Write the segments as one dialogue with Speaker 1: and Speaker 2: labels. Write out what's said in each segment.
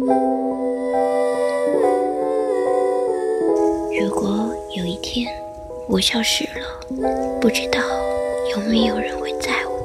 Speaker 1: 如果有一天我消失了，不知道有没有人会在乎。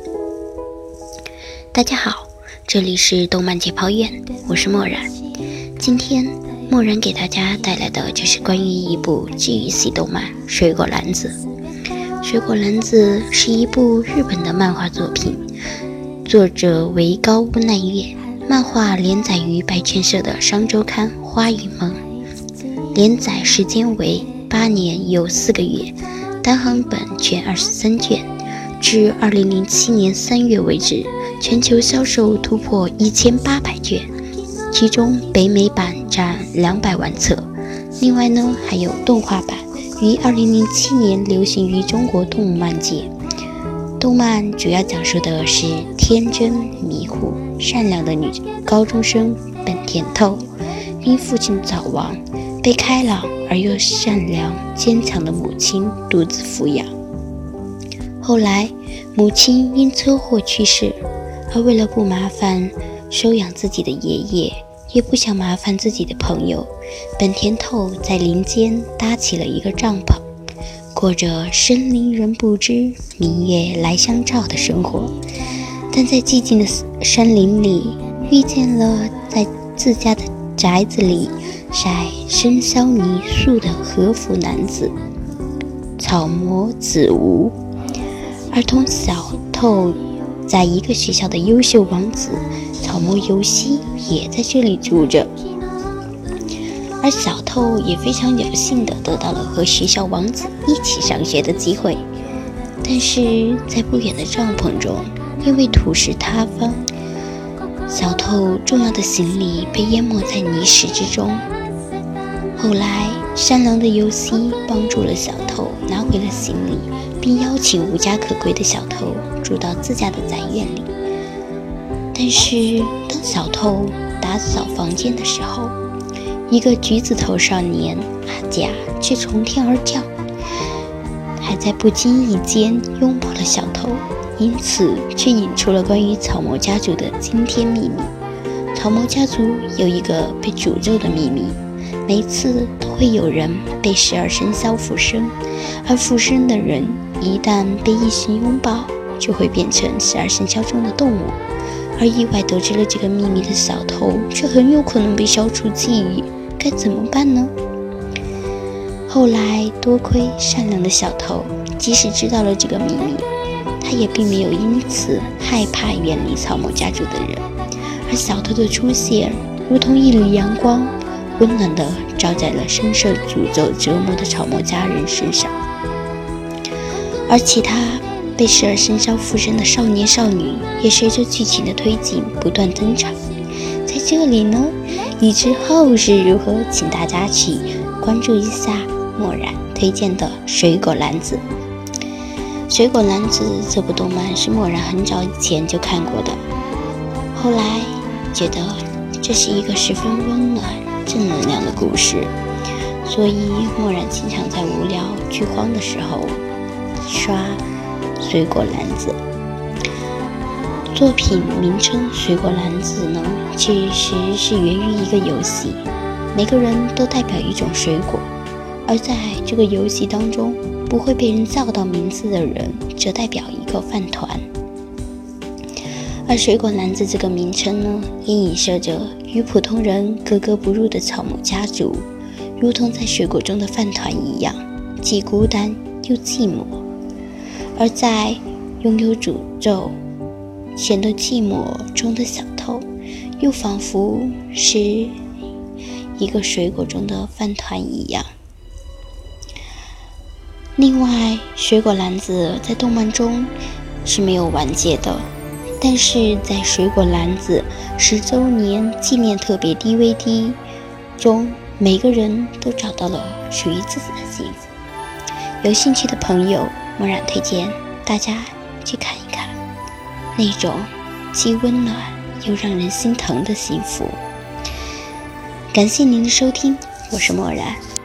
Speaker 1: 大家好，这里是动漫解剖院，我是墨染。今天墨染给大家带来的就是关于一部 GEC 动漫《水果篮子》。《水果篮子》是一部日本的漫画作品，作者为高屋奈月，漫画连载于白泉社的商周刊《花与梦》，连载时间为8年又4个月，单行本全23卷，至2007年3月为止，全球销售突破1800卷，其中北美版占200万册。另外呢，还有动画版，于2007年流行于中国动漫界。动漫主要讲述的是天真迷糊善良的女高中生本田透，因父亲早亡，被开朗而又善良坚强的母亲独自抚养。后来母亲因车祸去世，而为了不麻烦收养自己的爷爷，也不想麻烦自己的朋友，本田透在林间搭起了一个帐篷，过着森林人不知明月来相照的生活。但在寂静的山林里，遇见了在自家的宅子里晒生肖泥塑的和服男子草魔子无，而同小透在一个学校的优秀王子草魔游希也在这里住着。而小透也非常有幸地得到了和学校王子一起上学的机会，但是在不远的帐篷中，因为土石塌方，小透重要的行李被淹没在泥石之中。后来善良的游希帮助了小透拿回了行李，并邀请无家可归的小透住到自家的宅院里。但是当小透打扫房间的时候，一个橘子头少年阿甲却从天而降，还在不经意间拥抱了小透，因此却引出了关于草魔家族的惊天秘密。草魔家族有一个被诅咒的秘密，每次都会有人被12生肖附身，而附身的人一旦被异性拥抱，就会变成12生肖中的动物。而意外得知了这个秘密的小透却很有可能被消除记忆，该怎么办呢？后来多亏善良的小透，即使知道了这个秘密，他也并没有因此害怕远离草魔家族的人。而小透的出现如同一缕阳光，温暖地照在了深受诅咒折磨的草魔家人身上。而其他被12生肖附身的少年少女也随着剧情的推进不断登场。在这里呢，欲知后事如何，请大家去关注一下墨染推荐的水果篮子。水果篮子这部动漫是墨染很早以前就看过的，后来觉得这是一个十分温暖正能量的故事，所以墨染经常在无聊剧荒的时候刷水果篮子。作品名称水果篮子呢，其实是源于一个游戏，每个人都代表一种水果，而在这个游戏当中，不会被人叫到名字的人则代表一个饭团。而水果篮子这个名称呢，也影射着与普通人格格不入的草魔家族，如同在水果中的饭团一样，既孤单又寂寞。而在拥有诅咒显得寂寞中的小透，又仿佛是一个水果中的饭团一样。另外，水果篮子在动漫中是没有完结的，但是在水果篮子10周年纪念特别 DVD 中，每个人都找到了属于自己的幸福。有兴趣的朋友，墨染推荐大家去看一看那种既温暖又让人心疼的幸福。感谢您的收听，我是墨染。